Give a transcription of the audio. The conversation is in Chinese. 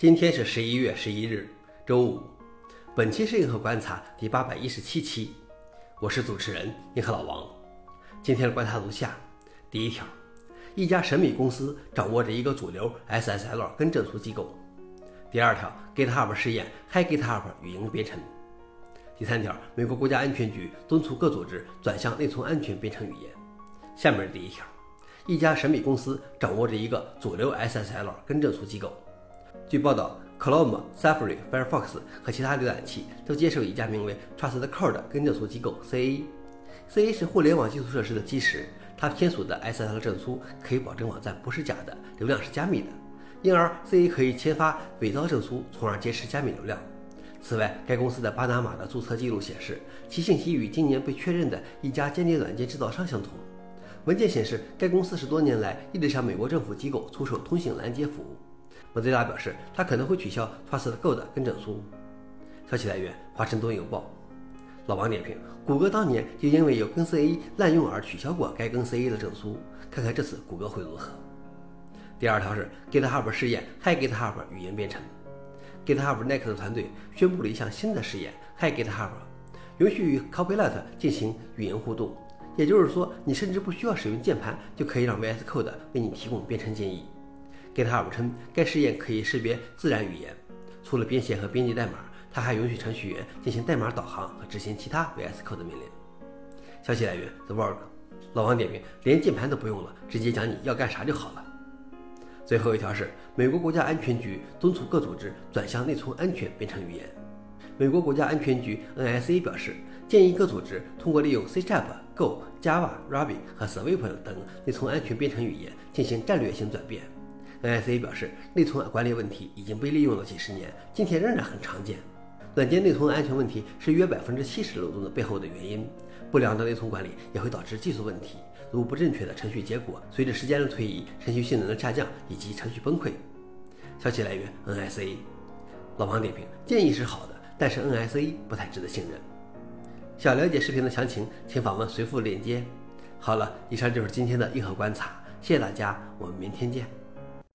今天是11月11日，周五。本期是硬核观察第817期，我是主持人硬核老王。今天的观察如下：第一条，一家神秘公司掌握着一个主流 SSL 跟证书机构。第二条 ，GitHub 试验 HiGitHub 语音编程。第三条，美国国家安全局敦促各组织转向内存安全编程语言。下面是第一条，一家神秘公司掌握着一个主流 SSL 跟证书机构。据报道 ，Chrome、Safari、Firefox 和其他浏览器都接受一家名为 TrustedCore 的跟证书机构 CA。CA 是互联网基础设施的基石，它签署的 SSL 证书可以保证网站不是假的，流量是加密的，因而 CA 可以签发伪造证书，从而劫持加密流量。此外，该公司的巴拿马的注册记录显示，其信息与今年被确认的一家间谍软件制造商相同。文件显示，该公司10多年来一直向美国政府机构出售通信拦截服务。Mozilla 表示，它可能会取消 TrustedCore 的跟证书。消息来源：华盛顿邮报。老王点评：谷歌当年就因为有跟 CA 滥用而取消过该跟 CA 的证书，看看这次谷歌会如何。第二条是 GitHub 试验 HiGitHub 语言编程。GitHub Next 团队宣布了一项新的试验 HiGitHub， 允许与 Copilot 进行语言互动，也就是说，你甚至不需要使用键盘就可以让 VS Code 为你提供编程建议。GitHub 称，该试验可以识别自然语言，除了编写和编辑代码，它还允许程序员进行代码导航和执行其他 VS Code 命令。消息来源 The Verge。老王点评：连键盘都不用了，直接讲你要干啥就好了。最后一条是，美国国家安全局敦促各组织转向内存安全编程语言。美国国家安全局 NSA 表示，建议各组织通过利用 C#、Go、Java、Ruby 和 Swift 等内存安全编程语言进行战略性转变。NSA 表示，内存管理问题已经被利用了几十年，今天仍然很常见。软件内存安全问题是约70%漏洞的背后的原因。不良的内存管理也会导致技术问题，如不正确的程序结果，随着时间的推移，程序性能的下降以及程序崩溃。消息来源 NSA。老王点评：建议是好的，但是 NSA 不太值得信任。想了解视频的详情，请访问随附链接。好了，以上就是今天的硬核观察，谢谢大家，我们明天见。